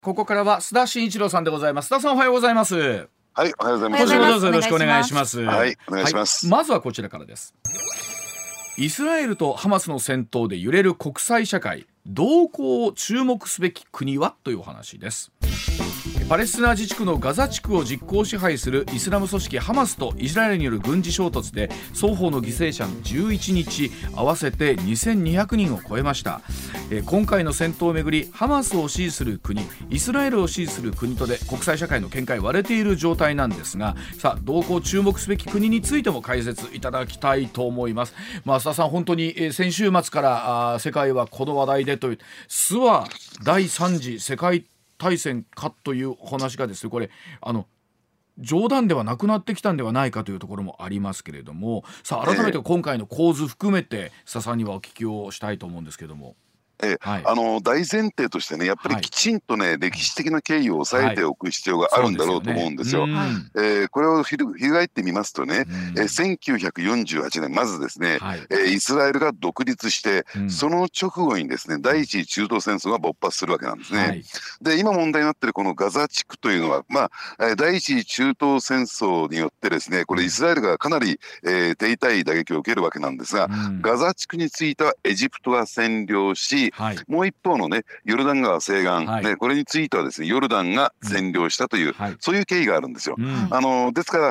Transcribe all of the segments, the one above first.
ここからは須田慎一郎さんでございます。須田さん、おはようございます。 はい、おはようございます。 今週もどうぞよろしくお願いします。 はい、お願いします。 まずはこちらからです。イスラエルとハマスの戦闘で揺れる国際社会、動向を注目すべき国はというお話です。パレスチナ自治区のガザ地区を実効支配するイスラム組織ハマスとイスラエルによる軍事衝突で双方の犠牲者の11日合わせて2200人を超えました。今回の戦闘をめぐり、ハマスを支持する国、イスラエルを支持する国とで国際社会の見解割れている状態なんですが、さあ動向注目すべき国についても解説いただきたいと思います。須田さん、本当に先週末から世界はこの話題でという、スワ第3次世界大戦かというお話がですね、これ冗談ではなくなってきたんではないかというところもありますけれども、さあ改めて今回の構図含めて須田さんにはお聞きをしたいと思うんですけども。 大前提としてね、やっぱりきちんとね、歴史的な経緯を押さえておく必要があるんだろうと思うんですよ。これを翻ってみますとね、1948年まずですね、イスラエルが独立して、その直後にですね、第一次中東戦争が勃発するわけなんですね。で、今問題になっているこのガザ地区というのは、第一次中東戦争によってですね、これイスラエルがかなり、手痛い打撃を受けるわけなんですが、ガザ地区についてはエジプトが占領し、もう一方のね、ヨルダン川西岸、これについてはですね、ヨルダンが占領したという、そういう経緯があるんですよ。ですから、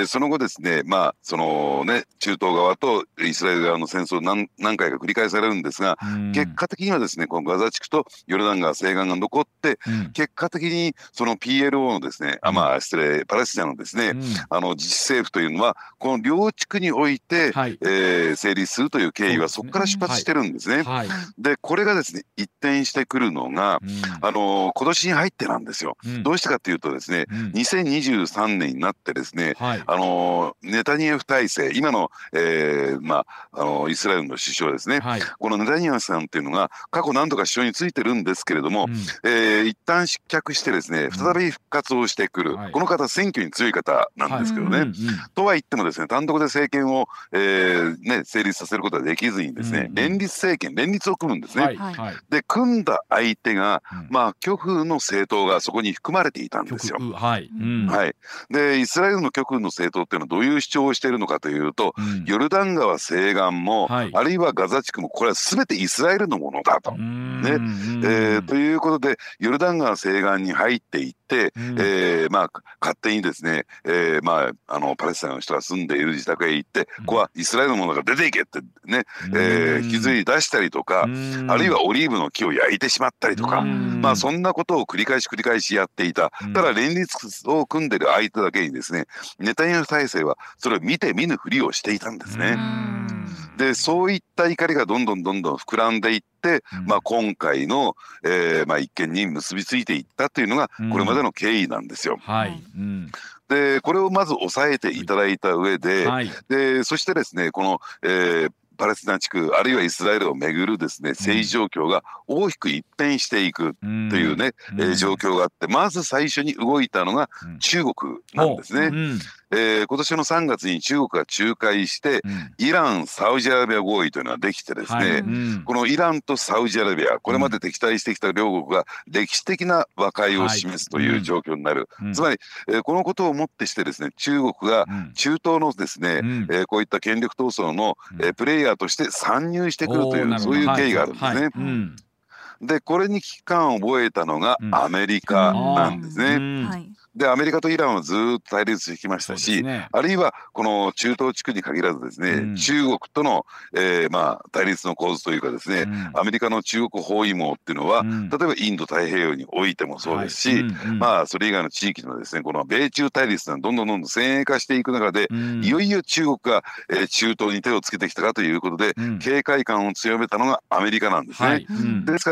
その後ですね、そのね、中東側とイスラエル側の戦争何回か繰り返されるんですが、結果的にはですね、このガザ地区とヨルダン川西岸が残って、結果的にその PLO のですね、失礼、パレスチナのですね、自治政府というのはこの両地区において、成立するという経緯はそこから出発してるんですね。でこれがですね、一転してくるのが、今年に入ってなんですよ。どうしてかっていうとですね、2023年になってですね、ネタニヤフ体制、今の、イスラエルの首相ですね、このネタニヤフさんっていうのが過去何度か首相についてるんですけれども、一旦失脚してですね、再び復活をしてくる、この方選挙に強い方なんですけどね、とは言ってもですね、単独で政権を、成立させることはできずにですね、連立政権、連立を組むんですね。で組んだ相手が、極右の政党がそこに含まれていたんですよ。でイスラエルの極右の政党っていうのはどういう主張をしているのかというと、ヨルダン川西岸も、あるいはガザ地区もこれは全てイスラエルのものだと。ということでヨルダン川西岸に入っていって、勝手にですね、パレスチナの人が住んでいる自宅へ行って、ここはイスラエルのものが出ていけってね、引きずり出したりとか、あるいはオリーブの木を焼いてしまったりとか、そんなことを繰り返しやっていた。ただ連立を組んでる相手だけにですね、ネタニヤフ体制はそれを見て見ぬふりをしていたんですね。でそういった怒りがどんどん膨らんでいって、今回の、一件に結びついていったというのがこれまでの経緯なんですよ。でこれをまず押さえていただいた上で、そしてですね、この、パレスチナ地区あるいはイスラエルをめぐるですね、政治状況が大きく一変していくというね、状況があって、まず最初に動いたのが中国なんですね。今年の3月に中国が仲介して、イラン・サウジアラビア合意というのができてですね、このイランとサウジアラビア、これまで敵対してきた両国が歴史的な和解を示すという状況になる。つまり、このことをもってしてですね、中国が中東のですね、こういった権力闘争の、プレイヤーとして参入してくるという、そういう経緯があるんですね。でこれに危機感を覚えたのがアメリカなんですね。でアメリカとイランはずっと対立してきましたし、あるいはこの中東地区に限らずですね、中国との、対立の構図というかですね、アメリカの中国包囲網っていうのは、例えばインド太平洋においてもそうですし、それ以外の地域のですね、この米中対立がどんどん先鋭化していく中で、いよいよ中国が、中東に手をつけてきたかということで、警戒感を強めたのがアメリカなんですね。ですから、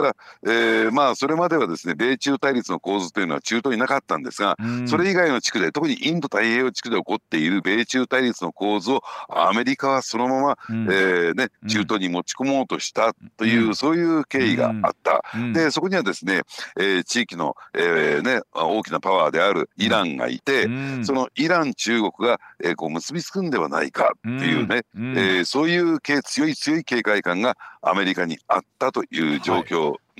それまではですね、米中対立の構図というのは中東になかったんですが、それ以外の地区で、特にインド太平洋地区で起こっている米中対立の構図をアメリカはそのまま、中東に持ち込もうとしたという、そういう経緯があった。でそこにはですね、地域の、大きなパワーであるイランがいて、そのイラン中国が、こう結びつくんではないかっていうね、そういう強い警戒感がアメリカにあったという状況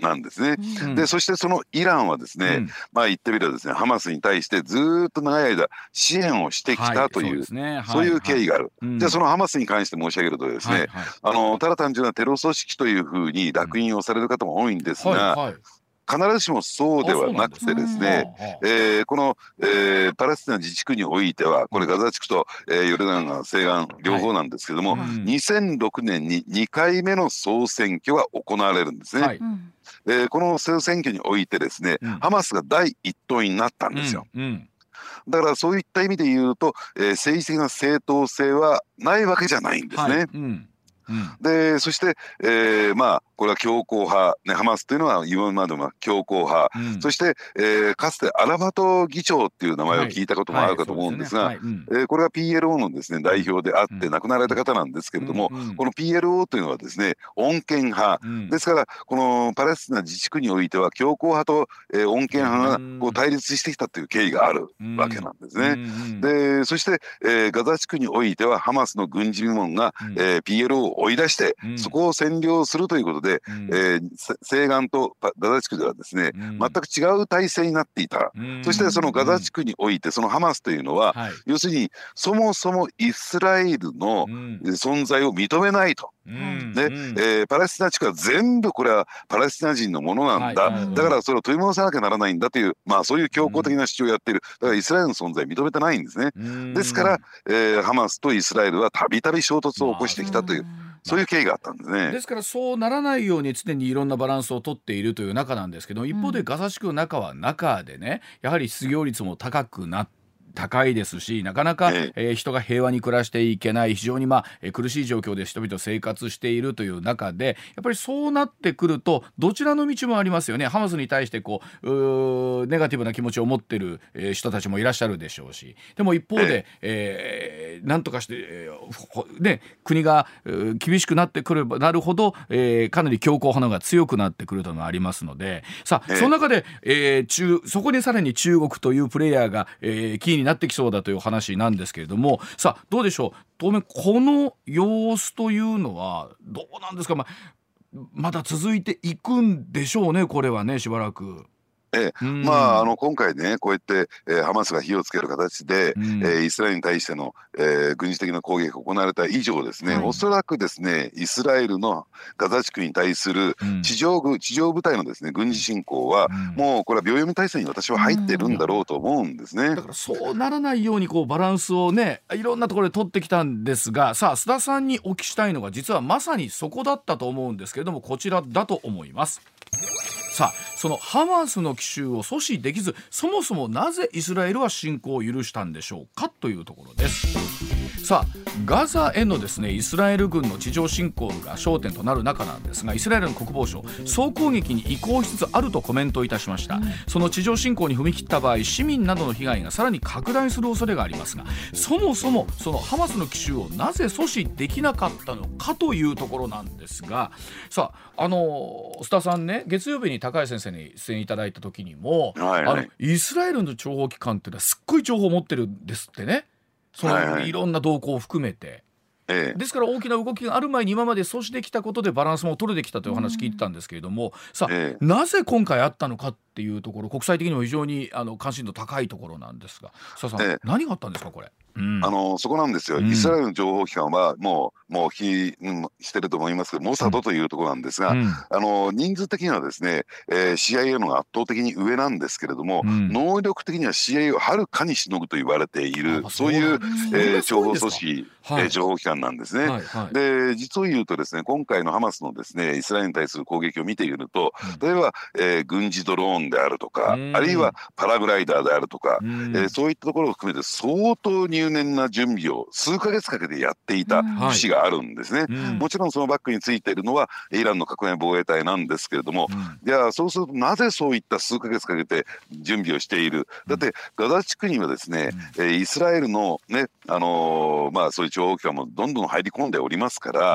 なんですね。 うん、 でそしてそのイランはですね、 うん、 まあ言ってみればですね、ハマスに対してずーっと長い間支援をしてきはい、 たという、 そうですね、 そういうはいはい、 経緯がある。じゃあそうん、 のハマスに関して申し上げるとですね、 はいはい、 ただ単純なテロ組織というふうにうん、 烙印をされる方も多いんですが、 はいはい、 必ずしもそうであ、そはなくうなんですか、 てですね、 はあはこの、パレスチナ自治区においては、 あ、うん、 これガザ地区と、ヨルダン川西岸両はい、 方なんですけども、 うん、 2006年に2回目の総選挙が行われるんですね。 はい、 この総選挙においてですね、 うん、 ハマスが第一党になったんですよ。 うん、うん、 だからそういった意味で言うと、政治的な正当性はないわけじゃないんですはい、 ね。 うん、うん、 でそして、まあこれは強硬派、ね、ハマスというのは今までも強硬派、 うん、 そして、かつてアラファト議長っていう名前をはい、 聞いたこともはい、 あるかとそうですよね、 思うんですが、 はい、うん、 これは PLO のですねうん、 代表であっうん、 て亡くなられうん、 た方なんですけれうん、 ども、 うん、 この PLO というのはですね穏健派うん、 ですから、このパレスチナ自治区においては強硬派と、穏健派がこうん、 対立してきたという経緯があるうん、 わけなんですうん、うね。 ん、 でそして、ガザ地区においてはハマスの軍事部門が、 うん、 PLO を追い出してうん、 そこを占領するということで、 うん、 西岸とガザ地区ではですねうん、 全く違う体制になっていた。 うそしてそのん、 ガザ地区においてそのハマスというのははい、 要するにそもそもイスラエルのうん、 存在を認めないと。 うん、 ねうん、 パレスチナ地区は全部これはパレスチナ人のものなんはい、 だ、 はい、 だからそれを取り戻さなきゃならないんだという、まあ、そういう強硬的うん、 な主張をやっている。だからイスラエルの存在を認めてないんですね。 うですから、 ん、 ハマスとイスラエルはたびたび衝突を起こしまあ、 てきたという、 まあ、 そういう経緯があったんですね。 ですからそうならないように常にいろんなバランスをとっているという中なんですけど、一方でガザ地区の中は中でね、やはり失業率も高いですし、なかなか、人が平和に暮らしていけない、非常に、苦しい状況で人々生活しているという中で、やっぱりそうなってくるとどちらの道もありますよね。ハマスに対してネガティブな気持ちを持っている、人たちもいらっしゃるでしょうし、でも一方で、なんとかして、国が厳しくなってくればなるほど、かなり強硬派の方が強くなってくるというのがありますので、さあ、その中で、そこにさらに中国というプレイヤーが、キーになってきそうだという話なんですけれども、さあどうでしょう。当面この様子というのはどうなんですか。まだ続いていくんでしょうね、これはね、しばらく。 今回ねこうやって、ハマスが火をつける形で、イスラエルに対しての、軍事的な攻撃が行われた以上ですね、おそらくですねイスラエルのガザ地区に対する地上部隊のですね軍事侵攻は、もうこれは秒読み体制に私は入ってるんだろうと思うんですね。 だからそうならないようにバランスをね、いろんなところで取ってきたんですが、さあ須田さんにお聞きしたいのが実はまさにそこだったと思うんですけれども、こちらだと思います。さあそのハマスの奇襲を阻止できず、そもそもなぜイスラエルは侵攻を許したんでしょうかというところです。さあガザへのですねイスラエル軍の地上侵攻が焦点となる中なんですが、イスラエルの国防省、総攻撃に移行しつつあるとコメントいたしました。その地上侵攻に踏み切った場合、市民などの被害がさらに拡大する恐れがありますが、そもそもそのハマスの奇襲をなぜ阻止できなかったのかというところなんですが、さあ須田さんね、月曜日に高橋先生に出演いただいた時にも、イスラエルの諜報機関っていうのはすっごい情報を持ってるんですってね。いろんな動向を含めて、ですから大きな動きがある前に今まで阻止できたことでバランスも取れてきたという話聞いてたんですけれども、さあ、なぜ今回あったのかっていうところ、国際的にも非常に関心度高いところなんですが、須田さん、何があったんですかこれ。 そこなんですよ。イスラエルの情報機関はもうしてると思いますけど、モサドというところなんですが、人数的にはですね、CIA のが圧倒的に上なんですけれども、能力的には CIA をはるかにしのぐと言われている、そういう情報組織、情報機関なんですね。で実を言うとですね、今回のハマスのですねイスラエルに対する攻撃を見ていると、例えば、軍事ドローンであるとか、あるいはパラグライダーであるとか、そういったところを含めて相当入念な準備を数ヶ月かけてやっていた節があるんですね。もちろんそのバックについているのはイランの革命防衛隊なんですけれども、じゃあそうするとなぜそういった数ヶ月かけて準備をしている。だってガザ地区にはですね、イスラエルのねそういう情報機関もどんどん入り込んでおりますから、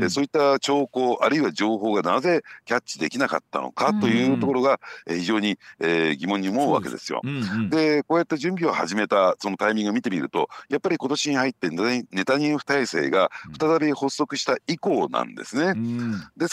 そういった兆候あるいは情報がなぜキャッチできなかったのかというところが非常に疑問に思うわけですよ。でこうやって準備を始めたそのタイミングを見てみると、やっぱり今年に入ってネタニヤフ体制が再び発足した以降なんですね。ですから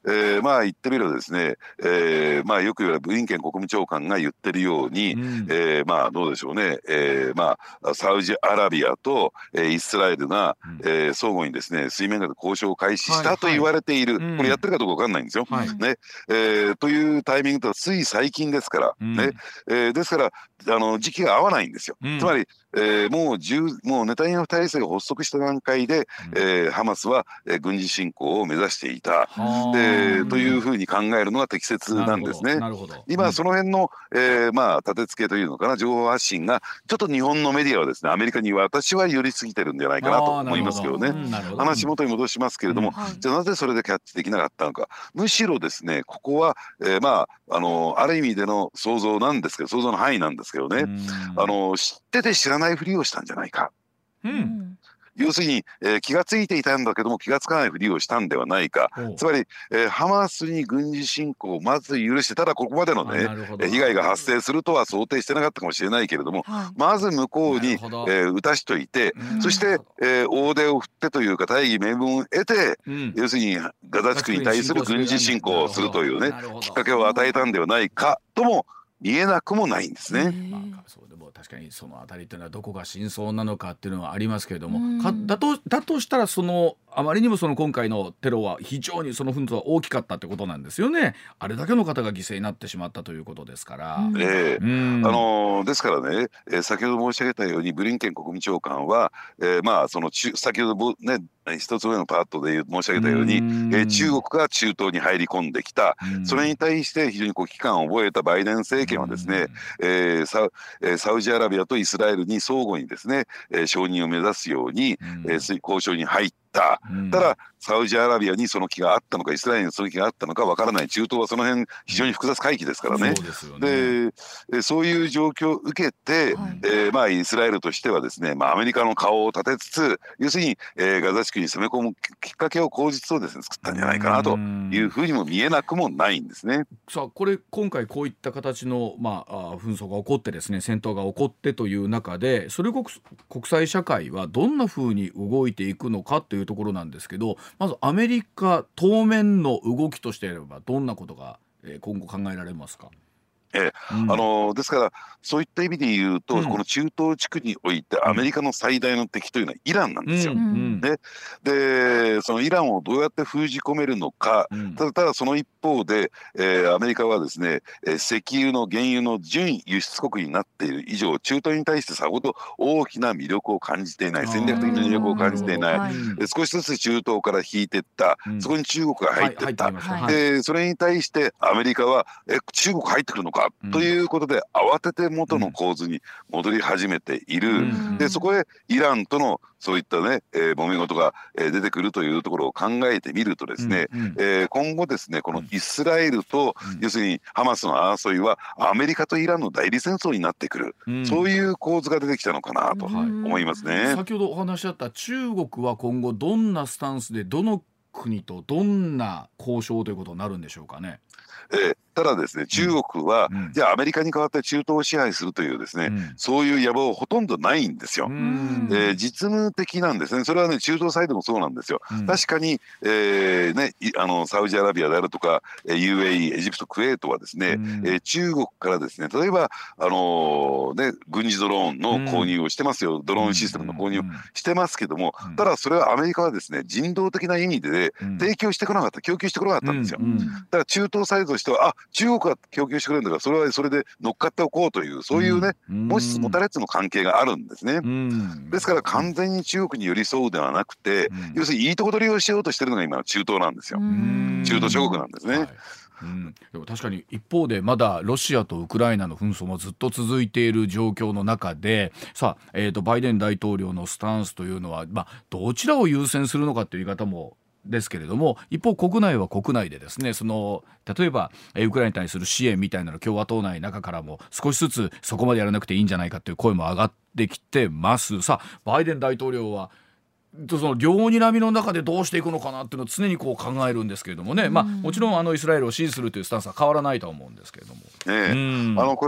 まあ言ってみればですね、まあよく言われるブリンケン国務長官が言ってるように、まあどうでしょうね、まあサウジアラビアと、イスラエルが、相互にですね水面下で交渉を開始したと言われている、これやってるかどうか分かんないんですよ。ね、というタイミングとはつい最近ですから、ね、ですから時期が合わないんですよ。つまりもうネタニヤフ体制が発足した段階で、ハマスは、軍事侵攻を目指していた、というふうに考えるのが適切なんですね。今その辺の、まあ立て付けというのかな、情報発信がちょっと日本のメディアはですねアメリカに私は寄りすぎてるんじゃないかなと思いますけどね。話元に戻しますけれども、じゃあなぜそれでキャッチできなかったのか。むしろですねここは、まあある意味での想像なんですけど、想像の範囲なんですけどね、知ってて知らないふりをしたんじゃないか。要するに、気がついていたんだけども気がつかないふりをしたんではないか。つまり、ハマスに軍事侵攻をまず許して、ただここまでのね被害が発生するとは想定してなかったかもしれないけれども、まず向こうに、撃たしといて、そして、大手を振ってというか大義名分を得て、要するにガザ地区に対する軍事侵攻をするというねきっかけを与えたんではないかとも見えなくもないんですね。 そうでも確かにそのあたりというのはどこが真相なのかっていうのはありますけれども、だとしたらあまりにも今回のテロは非常にその紛争は大きかったってことなんですよね。あれだけの方が犠牲になってしまったということですから。 ですからね、先ほど申し上げたようにブリンケン国務長官は、まあ先ほどね一つ目のパートで申し上げたように、中国が中東に入り込んできた、それに対して非常に危機感を覚えたバイデン政権はですね、サウジアラビアとイスラエルに相互にですね、承認を目指すように、交渉に入った。ただサウジアラビアにその気があったのかイスラエルにその気があったのかわからない。中東はその辺非常に複雑回帰ですからね。そういう状況を受けて、まあイスラエルとしてはですね、まあアメリカの顔を立てつつ、要するに、ガザ地区に攻め込むきっかけを口実をですね作ったんじゃないかなというふうにも見えなくもないんですね。 さあこれ今回こういった形の、紛争が起こってですね、戦闘が起こってという中で、それ国際社会はどんなふうに動いていくのかというところなんですけど、まずアメリカ当面の動きとしてあればどんなことが今後考えられますか。 ですからそういった意味で言うと、この中東地区においてアメリカの最大の敵というのはイランなんですよ。でそのイランをどうやって封じ込めるのか、ただその一方で、アメリカはですね、石油の原油の準輸出国になっている以上、中東に対してさほど大きな魅力を感じていない、戦略的な魅力を感じていない、少しずつ中東から引いていった、そこに中国が入っていった、でそれに対してアメリカは中国入ってくるのかということで慌てて元の構図に戻り始めている。でそこへイランとのそういったね、揉め事が出てくるというところを考えてみるとですね、今後ですねこのイスラエルと、要するにハマスの争いはアメリカとイランの代理戦争になってくる、そういう構図が出てきたのかなと思いますね。 先ほどお話しあった中国は今後どんなスタンスでどの国とどんな交渉ということになるんでしょうかね。 ただですね中国は、じゃあアメリカに代わって中東を支配するというですね、そういう野望ほとんどないんですよ。実務的なんですね。それはね中東サイドもそうなんですよ。確かに、サウジアラビアであるとか UAE エジプトクウェートはですね、中国からですね例えば軍事ドローンの購入をしてますよ、ドローンシステムの購入をしてますけども、ただそれはアメリカはですね人道的な意味で、提供してこなかった、供給してこなかったんですよ。だから中東サイドとしては中国が供給してくれるんだからそれはそれで乗っかっておこうという、そういうね、持ちつ持たれつの関係があるんですね。ですから完全に中国に寄り添うではなくて、要するにいいとこ取りをしようとしてるのが今の中東なんですよ。中東諸国なんですね。 でも確かに一方でまだロシアとウクライナの紛争もずっと続いている状況の中でさあ、バイデン大統領のスタンスというのは、どちらを優先するのかという言い方もですけれども、一方国内は国内でですね例えばウクライナに対する支援みたいなの共和党内中からも少しずつそこまでやらなくていいんじゃないかという声も上がってきてます。さあバイデン大統領はその両睨みの中でどうしていくのかなっていうのを常に考えるんですけれどもね、もちろんイスラエルを支持するというスタンスは変わらないとは思うんですけれども、 これは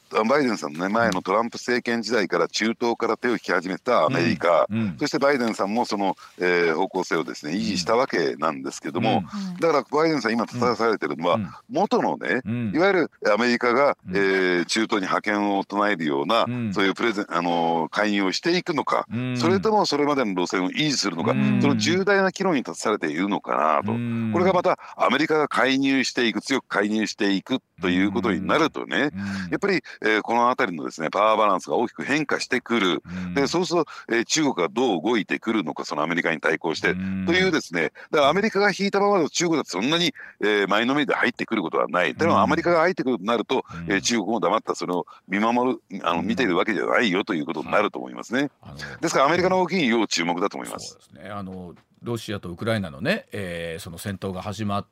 バイデンさんの、ね、前のトランプ政権時代から中東から手を引き始めたアメリカ、そしてバイデンさんもその、方向性をですね維持したわけなんですけども、だからバイデンさん今立たされているのは、元のね、いわゆるアメリカが、中東に覇権を唱えるような、そういう介入をしていくのか、それともそれまでの路線を維持するのか、その重大な岐路に立たされているのかなと。これがまたアメリカが介入していく、強く介入していくということになるとね、やっぱり、この辺りのですねパワーバランスが大きく変化してくる。でそうすると、中国がどう動いてくるのか、そのアメリカに対抗してというですね、だからアメリカが引いたままの中国だとそんなに、前のめりで入ってくることはない。でもアメリカが入ってくるとなると、中国も黙ったそれを見ているわけじゃないよということになると思いますね。ですからアメリカの動きに要注目だと思います。 そうですね、ロシアとウクライナのね、その戦闘が始まった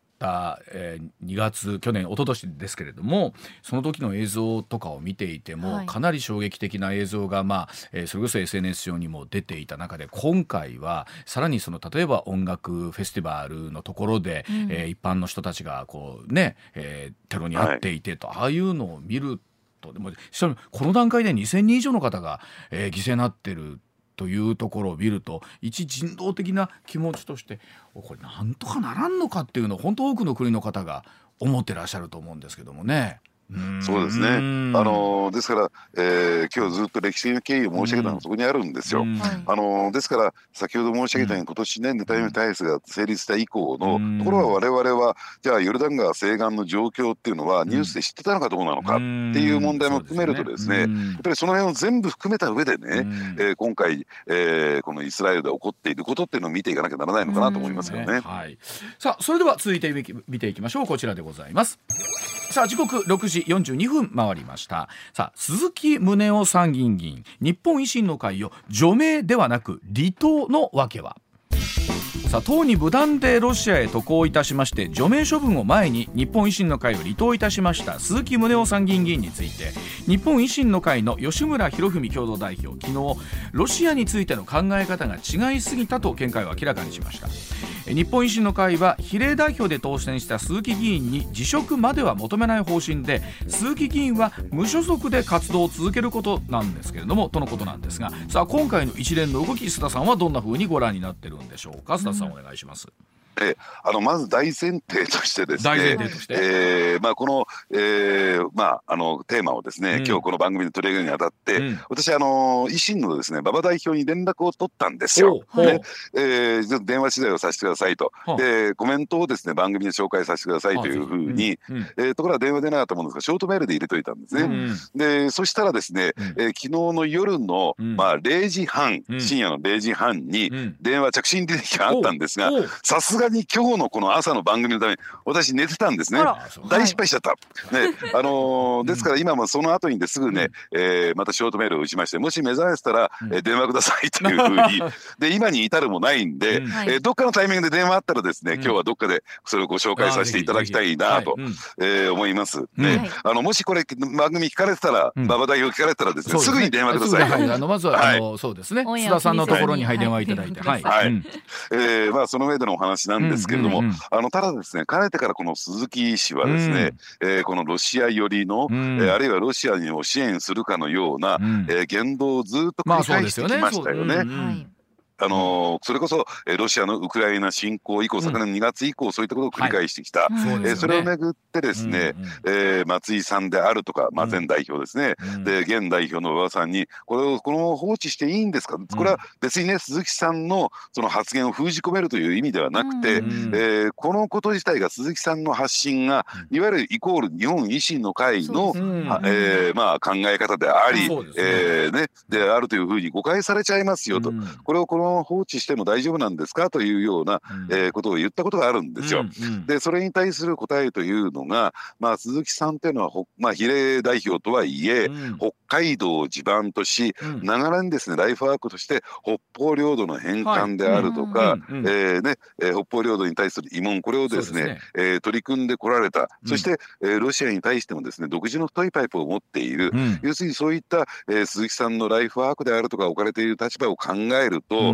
、2月去年一昨年ですけれども、その時の映像とかを見ていても、かなり衝撃的な映像が、それこそ SNS 上にも出ていた中で、今回はさらにその例えば音楽フェスティバルのところで、一般の人たちがこうね、テロに遭っていてと、ああいうのを見ると、でもこの段階で2000人以上の方が、犠牲になってるというところを見ると、一人道的な気持ちとして、これなんとかならんのかっていうのを本当多くの国の方が思ってらっしゃると思うんですけどもね。 そうですね。ですから、今日ずっと歴史的な経緯を申し上げたのはそこにあるんですよ。ですから先ほど申し上げたように、今年ねネタニヤフ体制が成立した以降のところは、我々はじゃあヨルダン川西岸の状況っていうのはニュースで知ってたのかどうなのかっていう問題も含めるとですね、やっぱりその辺を全部含めた上でね、今回、このイスラエルで起こっていることっていうのを見ていかなきゃならないのかなと思いますよね。 さあそれでは続いて見ていきましょう。こちらでございます。さあ時刻6時42分回りました。さあ鈴木宗男参議院議員、日本維新の会を除名ではなく離党の訳は。さあ党に無断でロシアへ渡航いたしまして除名処分を前に日本維新の会を離党いたしました鈴木宗男参議院議員について、日本維新の会の吉村洋文共同代表、昨日ロシアについての考え方が違いすぎたと見解を明らかにしました。日本維新の会は比例代表で当選した鈴木議員に辞職までは求めない方針で、鈴木議員は無所属で活動を続けることなんですけれども、とのことなんですが、さあ今回の一連の動き、須田さんはどんな風にご覧になってるんでしょうか。須田さんお願いします。 まず大前提としてですね、この、テーマをですね、今日この番組で取り上げるにあたって、私維新のですね馬場代表に連絡を取ったんですよ。電話取材をさせてくださいと、でコメントをですね番組で紹介させてくださいというふうに、ところが電話出なかったものですがショートメールで入れといたんですね。でそしたらですね、昨日の夜の、0時半、深夜の0時半に電話着信履歴があったんですが、さすがに今日のこの朝の番組のために私寝てたんですね。大失敗しちゃった、ですから今もその後にですぐね、またショートメールを打ちまして、もし目覚めてたら、電話くださいというふうにで今に至るもないんで、どっかのタイミングで電話あったらですね、今日はどっかでそれをご紹介させていただきたいなと思います。もしこれ番組聞かれてたら、馬場代表聞かれてたらですね、すぐに電話ください。 まずはそうですね、須田さんのところに電話いただいて、 その上でのお話なんですけれども、ただですね、かねてからこの鈴木氏はですね、このロシア寄りの、あるいはロシアを支援するかのような、言動をずっと繰り返してきましたよね。それこそロシアのウクライナ侵攻以降、昨年2月以降そういったことを繰り返してきた。それをめぐってですね、松井さんであるとか、前代表ですね、で現代表の馬場さんにこのまま放置していいんですか。これは別にね鈴木さんのその発言を封じ込めるという意味ではなくて、このこと自体が鈴木さんの発信がいわゆるイコール日本維新の会の考え方であり、であるというふうに誤解されちゃいますよと、これをこの放置しても大丈夫なんですかというような、ことを言ったことがあるんですよ。でそれに対する答えというのが、鈴木さんというのは比例代表とはいえ、北海道を地盤とし、長年ですねライフワークとして北方領土の返還であるとか、北方領土に対する慰問、これをですね取り組んでこられた。そして、ロシアに対してもですね独自の太いパイプを持っている、要するにそういった、鈴木さんのライフワークであるとか置かれている立場を考えると、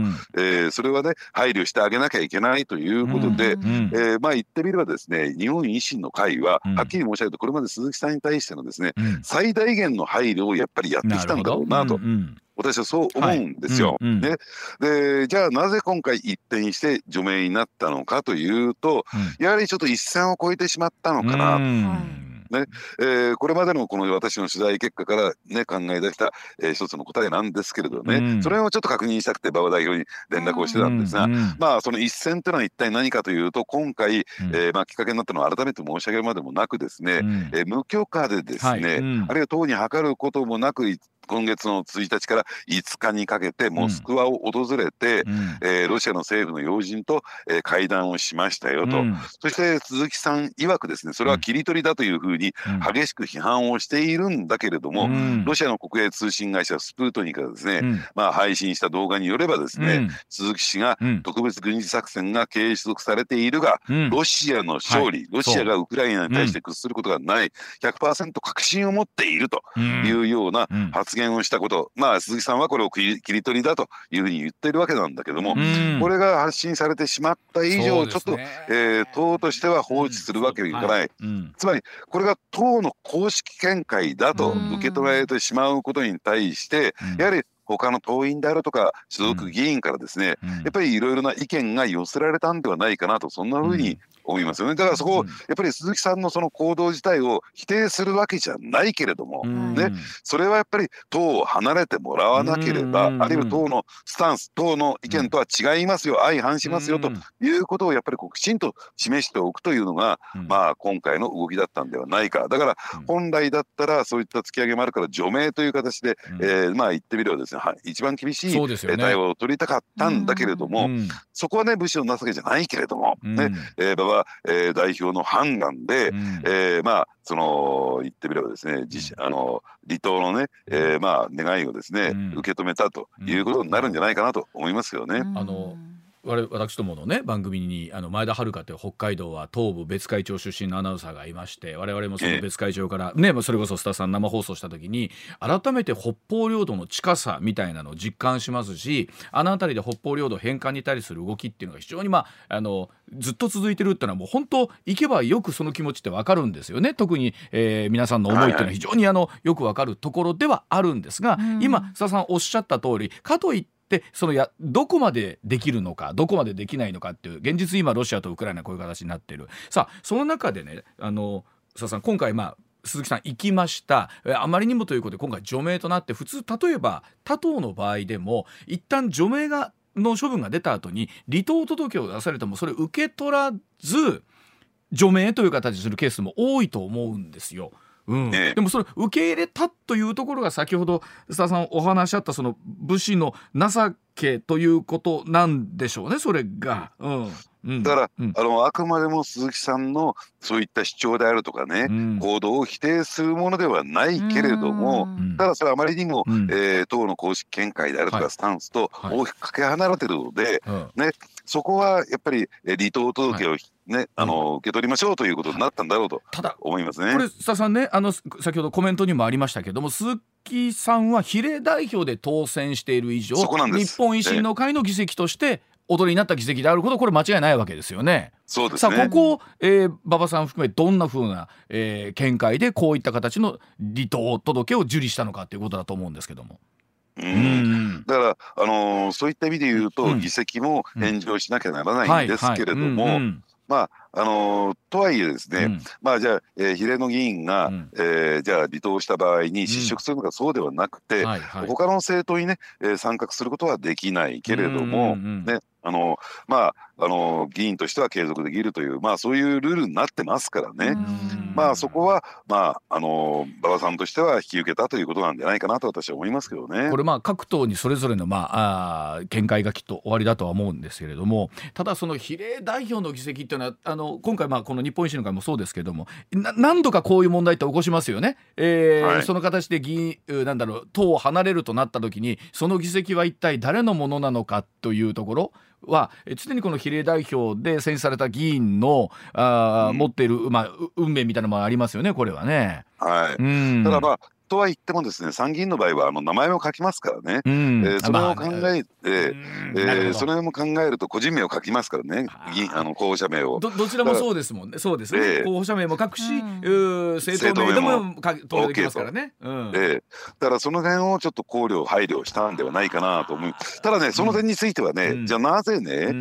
それはね配慮してあげなきゃいけないということで、まあ言ってみればですね、日本維新の会ははっきり申し上げるとこれまで鈴木さんに対してのですね、最大限の配慮をやっぱりやってきたんだろうなと。私はそう思うんですよ。でじゃあなぜ今回一転して除名になったのかというと、やはりちょっと一線を越えてしまったのかなね。これまでのこの私の取材結果から、ね、考え出した、一つの答えなんですけれどね、それをちょっと確認したくて馬場代表に連絡をしてたんですが、まあその一線というのは一体何かというと、今回、まあきっかけになったのは改めて申し上げるまでもなくですね、無許可でですね、あるいは党に諮ることもなく今月の1日から5日にかけてモスクワを訪れて、ロシアの政府の要人と、会談をしましたよと、そして鈴木さん曰くですね、それは切り取りだというふうに激しく批判をしているんだけれども、ロシアの国営通信会社スプートニクがですね、まあ、配信した動画によればですね、鈴木氏が特別軍事作戦が継続されているが、ロシアの勝利、ロシアがウクライナに対して屈することがない、100% 確信を持っているというような発言をしたこと、まあ鈴木さんはこれを切り取りだというふうに言っているわけなんだけども、これが発信されてしまった以上、ちょっと、党としては放置するわけにいかない、つまりこれが党の公式見解だと受け止められてしまうことに対して、やはり他の党員であるとか所属議員からですね、やっぱりいろいろな意見が寄せられたんではないかなと、そんなふうに思いますよね。だからそこをやっぱり鈴木さんのその行動自体を否定するわけじゃないけれども、ね、それはやっぱり党を離れてもらわなければ、あるいは党のスタンス、党の意見とは違いますよ、相反しますよということをやっぱりきちんと示しておくというのが、まあ今回の動きだったんではないか。だから本来だったらそういった突き上げもあるから除名という形で、まあ言ってみればですね、一番厳しい対応を取りたかったんだけれども、そこはね武士の情けじゃないけれども、ね、馬場代表の判断で、まあその言ってみればですね、離党のね、まあ願いをですね、受け止めたということになるんじゃないかなと思いますよね。 私どものね番組に前田遥という北海道は東部別海町出身のアナウンサーがいまして、我々もその別海町からね、それこそスタッフさん生放送した時に改めて北方領土の近さみたいなのを実感しますし、あの辺りで北方領土返還に対する動きっていうのが非常にずっと続いてるっていうのはもう本当行けばよくその気持ちって分かるんですよね。特に、皆さんの思いっていうのは非常によく分かるところではあるんですが、今須田さんおっしゃった通りかといってどこまでできるのかどこまでできないのかっていう現実、今ロシアとウクライナこういう形になっている。さあその中でね、須田さん今回鈴木さん行きました。あまりにもということで今回除名となって、普通例えば他党の場合でも一旦除名の処分が出た後に離党届を出されてもそれ受け取らず除名という形にするケースも多いと思うんですよ。でもそれ受け入れたというところが先ほど須田さんお話しあったその武士の情けということなんでしょうね、それが。 だから、あくまでも鈴木さんのそういった主張であるとかね、行動を否定するものではないけれども、ただそれはあまりにも、党の公式見解であるとかスタンスと大きくかけ離れてるので、ね、そこはやっぱり離党届をね、受け取りましょうということになったんだろうと思いますね。 これ須田さんね、先ほどコメントにもありましたけども、鈴木さんは比例代表で当選している以上、日本維新の会の議席としてお取りになった議席であること、これ間違いないわけですよね。 そうですね。 さあここを、馬場さん含めどんな風な、見解でこういった形の離党届を受理したのかということだと思うんですけども。 だから、そういった意味で言うと、議席も返上しなきゃならないんですけれども、まあとはいえですね、まあじゃあ、比例の議員が、じゃあ離党した場合に失職するのか、そうではなくて、他の政党にね、参画することはできないけれども、ね、まあ議員としては継続できるという、まあそういうルールになってますからね。まあそこは馬場さんとしては引き受けたということなんじゃないかなと私は思いますけどね。 これ各党にそれぞれの見解がきっと終わりだとは思うんですけれども、ただその比例代表の議席っていうのは今回この日本維新の会もそうですけれども、何度かこういう問題って起こしますよね。その形で党を離れるとなった時にその議席は一体誰のものなのかというところは常にこの比例代表で選出された議員の持っている、運命みたいなものがありますよね、これはね。 ただとは言ってもですね、参議院の場合は名前を書きますからね、それを考えて、それも考えると個人名を書きますからね、候補者名を。 どちらもそうですもんね。そうですね、候補者名も書くし、政党名でも投票できますからね。 だからその辺をちょっと考慮配慮したんではないかなと思う。ただね、その点についてはね、じゃあなぜね、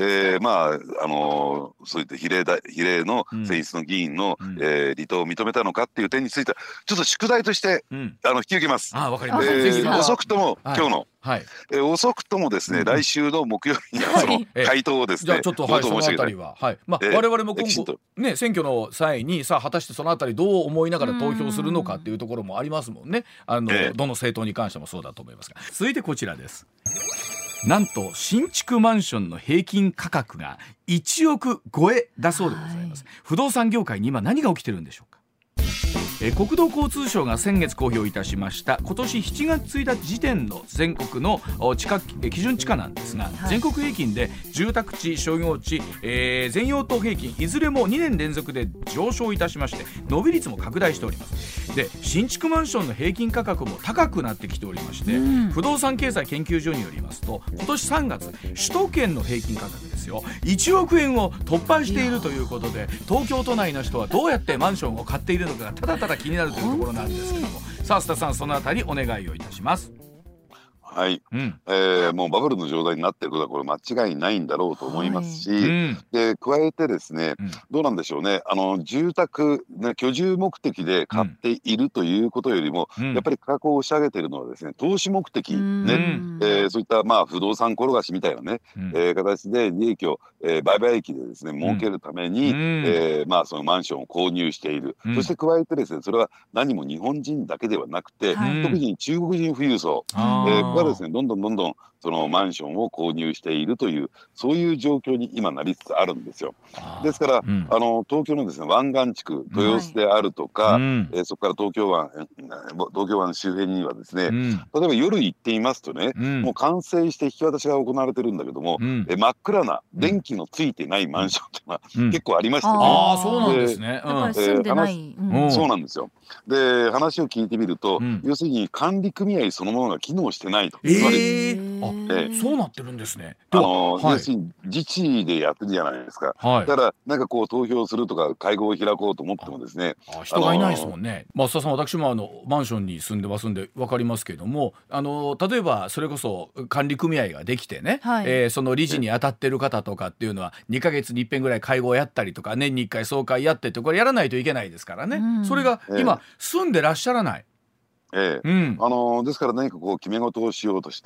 そういった比例の選出の議員の離党を認めたのかっていう点についてはちょっと宿題として引き受けます。 わかりました。 遅くとも今日の遅くともですね、来週の木曜日にその回答をですね、 じゃあちょっとそのあたりは我々も今後ね、選挙の際にさあ果たしてそのあたりどう思いながら投票するのかっていうところもありますもんね。どの政党に関してもそうだと思いますが、続いてこちらです。なんと新築マンションの平均価格が1億超えだそうでございます。不動産業界に今何が起きてるんでしょうか。国土交通省が先月公表いたしました今年7月1日時点の全国の基準地価なんですが、全国平均で住宅地、商業地、全用途平均いずれも2年連続で上昇いたしまして、伸び率も拡大しております。で、新築マンションの平均価格も高くなってきておりまして、不動産経済研究所によりますと今年3月首都圏の平均価格ですよ、1億円を突破しているということで、東京都内の人はどうやってマンションを買っているのかがただただ気になるというところなんですけども、さあ須田さん、そのあたりお願いをいたします。 はい、もうバブルの状態になっていることはこれ間違いないんだろうと思いますし、で加えてですね、どうなんでしょうね、住宅、居住目的で買っているということよりも、やっぱり価格を押し上げているのはですね、投資目的、そういった不動産転がしみたいなね、形で利益を、売買益でですね儲けるために、そのマンションを購入している、そして加えてですね、それは何も日本人だけではなくて、特に中国人富裕層、ですね、どんどんそのマンションを購入しているという、そういう状況に今なりつつあるんですよ。ですから、東京のですね湾岸地区、豊洲であるとか、そこから東京湾周辺にはですね、例えば夜行っていますとね、もう完成して引き渡しが行われてるんだけども、真っ暗な電気のついてないマンションっていうのは結構ありましてね。 そうなんですね。 住んでない。 そうなんですよ。で話を聞いてみると、要するに管理組合そのものが機能してないと言われて、 そうなってるんですね。 要するに自治でやってるじゃないですか。だからなんかこう投票するとか会合を開こうと思ってもですね、 人がいないですもんね。須田さん、私もマンションに住んでますんで分かりますけれども、例えばそれこそ管理組合ができてね、その理事に当たってる方とかっていうのは2ヶ月に一遍ぐらい会合やったりとか、年に1回総会やってって、これやらないといけないですからね。それが今住んでらっしゃらない。ですから何かこう決め事をしようとして、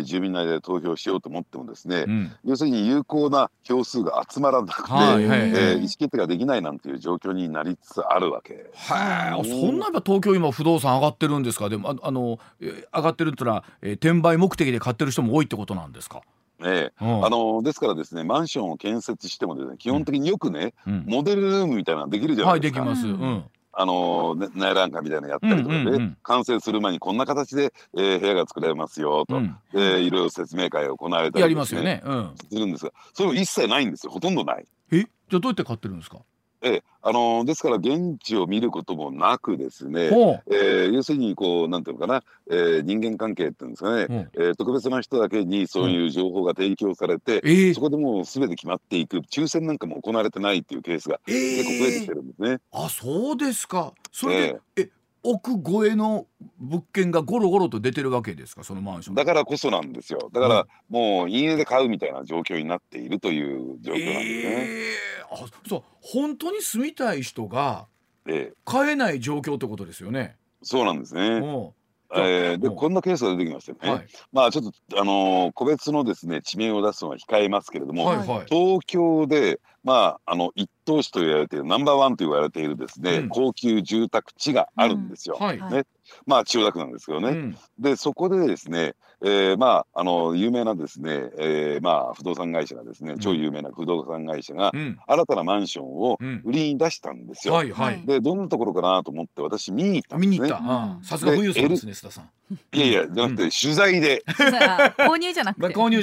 住民内で投票しようと思ってもですね、要するに有効な票数が集まらなくて、意思決定ができないなんていう状況になりつつあるわけ。 そんなやっぱ東京今不動産上がってるんですか。でも上がってるってのは、転売目的で買ってる人も多いってことなんですか。 ですからですね、マンションを建設してもですね、基本的によくね、モデルルームみたいなのできるじゃないですか。 できます。 内覧会みたいなのやったりとかで、完成する前にこんな形で、部屋が作られますよと、いろいろ説明会を行われたりやりますよね。 するんですが、それも一切ないんですよ。ほとんどない。 じゃあどうやって買ってるんですか。 ですから現地を見ることもなくですね、要するにこうなんていうのかな、人間関係っていうんですかね、特別な人だけにそういう情報が提供されて、そこでもう全て決まっていく、抽選なんかも行われてないっていうケースが結構増えてきてるんですね。 そうですか。それで、億超えの物件がゴロゴロと出てるわけですか、そのマンション。 だからこそなんですよ。だからもう陰影で買うみたいな状況になっているという状況なんですね。 そう、本当に住みたい人が買えない状況ってことですよね。 そうなんですね。でこんなケースが出てきましたよね。ちょっと個別のですね地名を出すのは控えますけれども、東京で一等地と言われているナンバーワンと言われているですね、高級住宅地があるんですよ。千代田区なんですけどね。でそこでですね、有名なですね、不動産会社がですね、超有名な不動産会社が新たなマンションを売りに出したんですよ。でどんなところかなと思って私見に行ったんですね。 さすが富裕層ですね、須田さん。 いやじゃなくて取材で購入じゃなくて指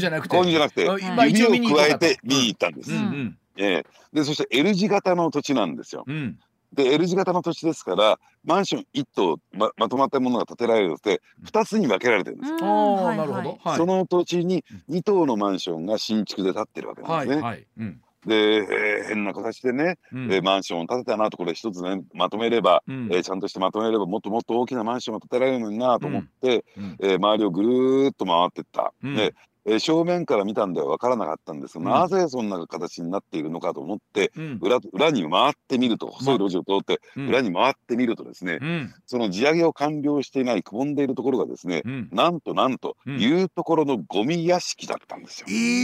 を加えて見に行ったんです。でそして L 字型の土地なんですよ。 で L 字型の土地ですからマンション1棟 まとまったものが建てられるので2つに分けられてるんですよ。 なるほど、はい、 その土地に2棟のマンションが新築で建ってるわけなんですね。はいはい、で、変な形でね、マンションを建てたなと、これ一つねまとめれば、ちゃんとしてまとめればもっともっと大きなマンションが建てられるのになと思って、周りをぐるーっと回っていった。で正面から見たんでは分からなかったんですが、なぜそんな形になっているのかと思って、裏に回ってみると、細い路地を通って裏に回ってみるとですね、その地上げを完了していないくぼんでいるところがですね、なんというところのゴミ屋敷だったんですよ。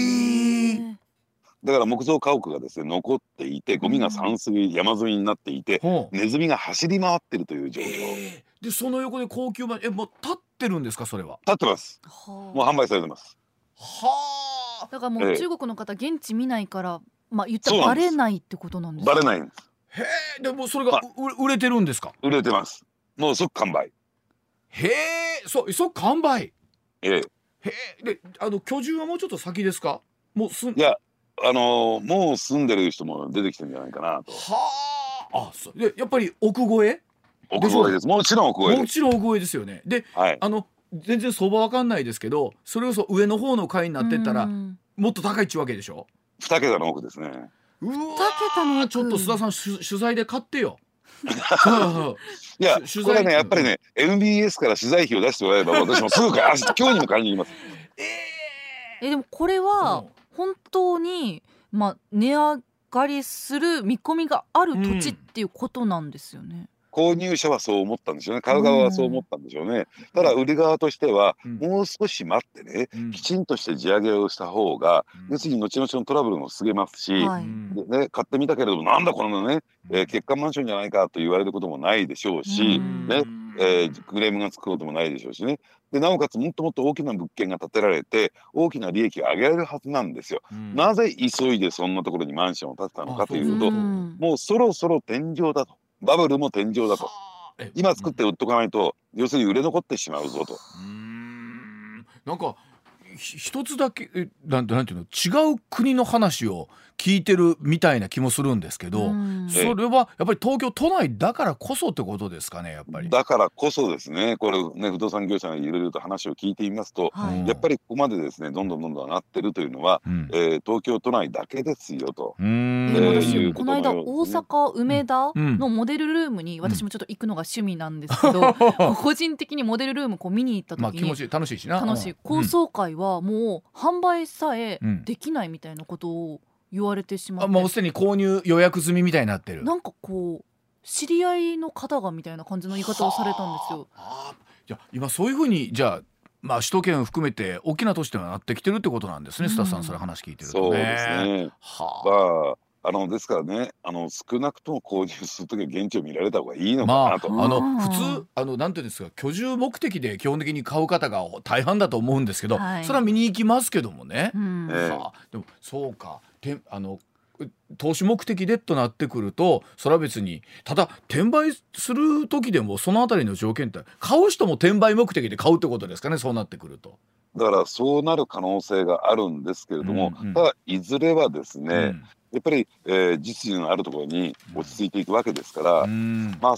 だから木造家屋がですね残っていて、ゴミが山積み山積みになっていて、ネズミが走り回ってるという状況。 でその横で高級マンション、もう建ってるんですか？それは建ってます。もう販売されてます。 はあ。だからもう中国の方現地見ないから、まあ言ったらバレないってことなんですか？ バレないんです。 へえ。でもそれが売れてるんですか？売れてます。もう即完売。 へえ。即完売。 へえ。 で居住はもうちょっと先ですか？もういやもう住んでる人も出てきてるんじゃないかなと。 はあ。でやっぱり奥越え？ 奥越えです。もちろん奥越えです。 もちろん奥越えですよね。で、全然相場わかんないですけど、それこそ上の方の階になってったらもっと高いっちゅうわけでしょ。 2桁の奥ですね。 2桁の奥。 ちょっと須田さん取材で買ってよ。 いやこれねやっぱりね MBS から取材費を出してもらえば私もすぐ今日にも買いに行きます。 でもこれは本当に値上がりする見込みがある土地っていうことなんですよね。 購入者はそう思ったんですよね。買う側はそう思ったんでしょうね。ただ売り側としては、もう少し待ってね、きちんとして地上げをした方が、要するに後々のトラブルも防げますし、でね、買ってみたけれどもなんだこのね、欠陥マンションじゃないかと言われることもないでしょうし、ね、クレームがつくこともないでしょうしね。でなおかつもっともっと大きな物件が建てられて大きな利益が上げられるはずなんですよ。なぜ急いでそんなところにマンションを建てたのかというと、もうそろそろ天井だと。バブルも天井だと。今作って売っとかないと、要するに売れ残ってしまうぞと。 なんか一つだけなんていうの、違う国の話を聞いてるみたいな気もするんですけど、それはやっぱり東京都内だからこそってことですかね。やっぱりだからこそですね。これね、不動産業者がいろいろと話を聞いてみますと、やっぱりここまでですねどんどん上がってるというのは、東京都内だけですよと。 私この間大阪梅田のモデルルームに私もちょっと行くのが趣味なんですけど、個人的にモデルルーム見に行った時に気持ちいい、楽しいしな。 楽しい。高層階はもう販売さえできないみたいなことを言われてしまって、 もうすでに購入予約済みみたいになってる。 なんかこう知り合いの方がみたいな感じの言い方をされたんですよ。 じゃあ今そういうふうにじゃあ首都圏を含めて大きな都市ではなってきてるってことなんですね。スタッフさんそれ話聞いてるとね。 そうですね。ですからね、少なくとも購入するときは現地を見られた方がいいのかなと。 普通なんていうんですか、居住目的で基本的に買う方が大半だと思うんですけど、それは見に行きますけどもね。でもそうか、投資目的でとなってくると、それは別にただ転売する時でもそのあたりの条件って買う人も転売目的で買うってことですかね。そうなってくると。 だからそうなる可能性があるんですけれども、ただいずれはですね、やっぱり、実需のあるところに落ち着いていくわけですから、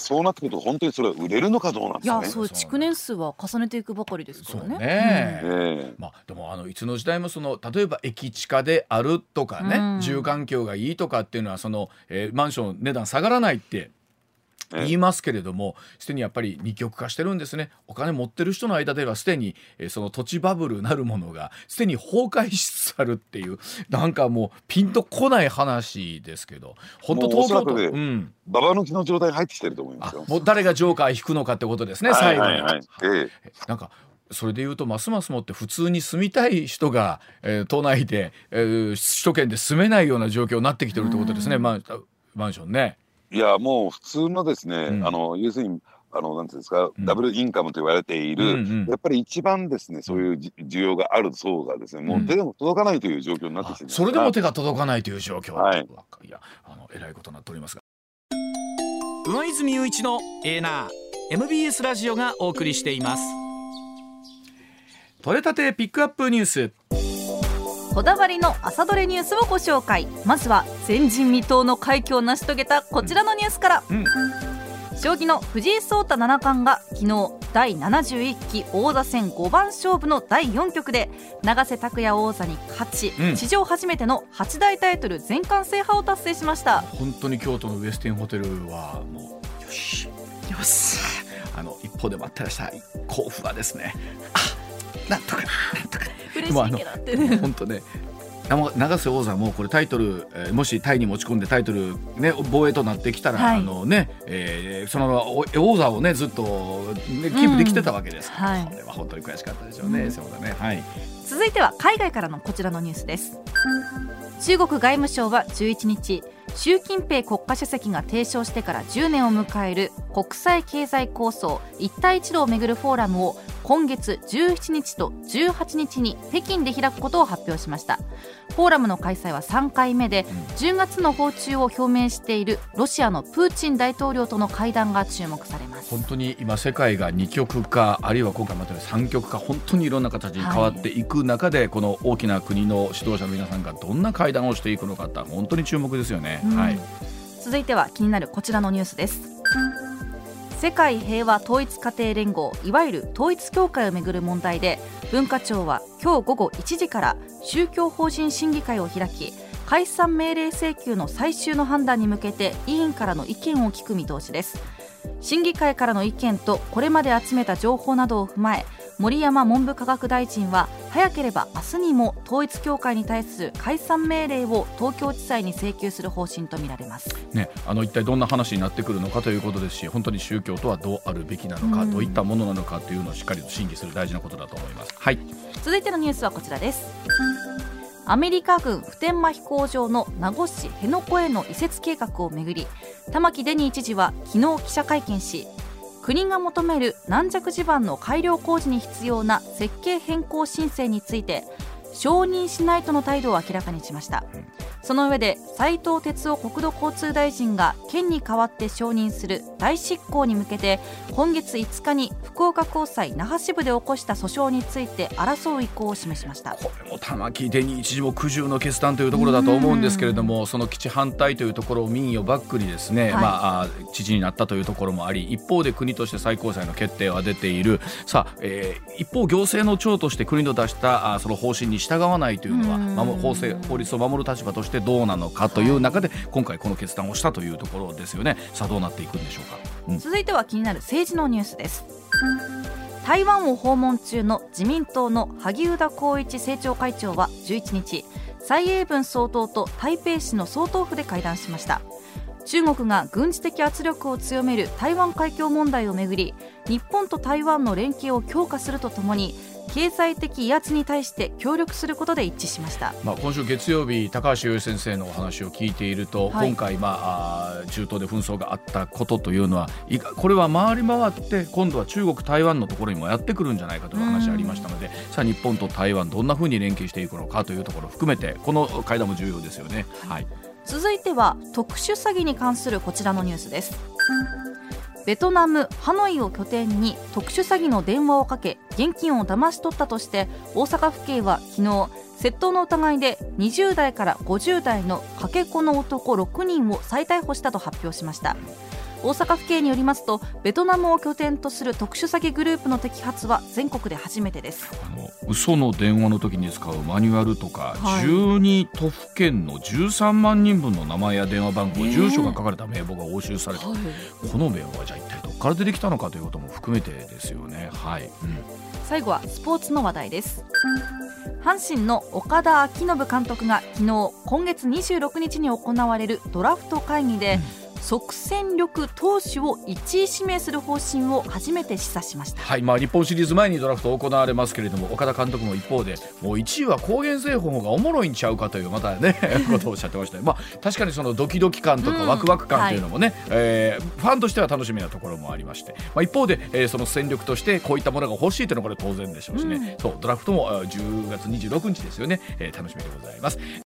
そうなってくると本当にそれは売れるのかどうなんですかね。 いや、そう築年数は重ねていくばかりですからね。 でもいつの時代も例えば駅地下であるとかね、住環境がいいとかっていうのはマンション値段下がらないって言いますけれども、すでにやっぱり二極化してるんですね。お金持ってる人の間ではすでにその土地バブルなるものがすでに崩壊しつつあるっていう、なんかもうピンとこない話ですけど、本当東京都ババ抜きの状態に入ってきてると思いますよ。 もう誰がジョーカー引くのかってことですね。最後になんかそれでいうとますますもって普通に住みたい人が、都内で、首都圏で住めないような状況になってきてるってことですね。マンションね。 いやもう普通のですね、要するになんていうんですか、ダブルインカムと言われている、やっぱり一番ですねそういう需要がある層がですね、もう手でも届かないという状況になってきてる。 それでも手が届かないという状況。いやえらいことになっておりますが、 上泉雄一のエーナー MBS ラジオがお送りしています。 取れたてピックアップニュース。 こだわりの朝どれニュースをご紹介。まずは前人未到の快挙を成し遂げたこちらのニュースから、将棋の藤井聡太七冠が昨日第71期王座戦5番勝負の第4局で永瀬拓矢王座に勝ち、史上初めての8大タイトル全冠制覇を達成しました。 本当に京都のウエスティンホテルはもうよし一方で待ってらっしゃい甲府はですね、なんとか嬉しいけどってね、 本当ね、永瀬王座もこれタイトル、もしタイに持ち込んでタイトル、ね、防衛となってきたら、その王座をねずっと、ね、キープできてたわけですから、これは本当に悔しかったでしょうね。そうだね、はい。 続いては海外からのこちらのニュースです。中国外務省は11日、習近平国家主席が提唱してから10年を迎える国際経済構想一帯一路をめぐるフォーラムを今月17日と18日に北京で開くことを発表しました。フォーラムの開催は3回目で、10月の訪中を表明しているロシアのプーチン大統領との会談が注目されます。 本当に今世界が二極化、あるいは今回また三極化、本当にいろんな形に変わっていく中で、この大きな国の指導者の皆さんがどんな会談をしていくのかって本当に注目ですよね。 続いては気になるこちらのニュースです。世界平和統一家庭連合、いわゆる統一教会をめぐる問題で、文化庁は今日午後1時から宗教法人審議会を開き、解散命令請求の最終の判断に向けて委員からの意見を聞く見通しです。審議会からの意見とこれまで集めた情報などを踏まえ、森山文部科学大臣は早ければ明日にも統一教会に対する解散命令を東京地裁に請求する方針とみられます、 ね、一体どんな話になってくるのかということですし、本当に宗教とはどうあるべきなのか、どういったものなのかというのをしっかりと審議する大事なことだと思います。はい、 続いてのニュースはこちらです。アメリカ軍普天間飛行場の名護市辺野古への移設計画をめぐり、玉城デニー知事は昨日記者会見し、国が求める軟弱地盤の改良工事に必要な設計変更申請について承認しないとの態度を明らかにしました。その上で斉藤鉄夫国土交通大臣が県に代わって承認する代執行に向けて、今月5日に福岡高裁那覇支部で起こした訴訟について争う意向を示しました。 これも玉城デニー知事も苦渋の決断というところだと思うんですけれども、その基地反対というところを民意をバックにですね、知事になったというところもあり、一方で国として最高裁の決定は出ている。さあ、一方行政の長として国の出したその方針に従わないというのは法律を守る立場としてどうなのかという中で、今回この決断をしたというところですよね。さあどうなっていくんでしょうか。 続いては気になる政治のニュースです。台湾を訪問中の自民党の萩生田光一政調会長は11日、蔡英文総統と台北市の総統府で会談しました。中国が軍事的圧力を強める台湾海峡問題をめぐり、日本と台湾の連携を強化するとともに経済的威圧に対して協力することで一致しました。 今週月曜日、高橋洋一先生のお話を聞いていると、今回、中東で紛争があったことというのは、これは回り回って今度は中国台湾のところにもやってくるんじゃないかという話がありましたので、さあ日本と台湾どんなふうに連携していくのかというところを含めて、この会談も重要ですよね。はい、 続いては特殊詐欺に関するこちらのニュースです。ベトナム・ハノイを拠点に特殊詐欺の電話をかけ現金を騙し取ったとして、大阪府警は昨日窃盗の疑いで20代から50代のかけ子の男6人を再逮捕したと発表しました。大阪府警によりますと、ベトナムを拠点とする特殊詐欺グループの摘発は全国で初めてです。 嘘の電話の時に使うマニュアルとか、12都府県の13万人分の名前や電話番号、住所が書かれた名簿が押収されて、この名簿はじゃあ一体どこから出てきたのかということも含めてですよね。 最後はスポーツの話題です。阪神の岡田彰布監督が昨日、今月26日に行われるドラフト会議で、即戦力投手を1位指名する方針を初めて示唆しました。 日本シリーズ前にドラフト行われますけれども、岡田監督も一方で、もう1位は公言製法がおもろいんちゃうかというまたねことをおっしゃってました。確かにそのドキドキ感とかワクワク感というのもね、ファンとしては楽しみなところもありまして、一方で、その戦力としてこういったものが欲しいというのはこれ当然でしょうしね、ドラフトも10月26日ですよね、楽しみでございます。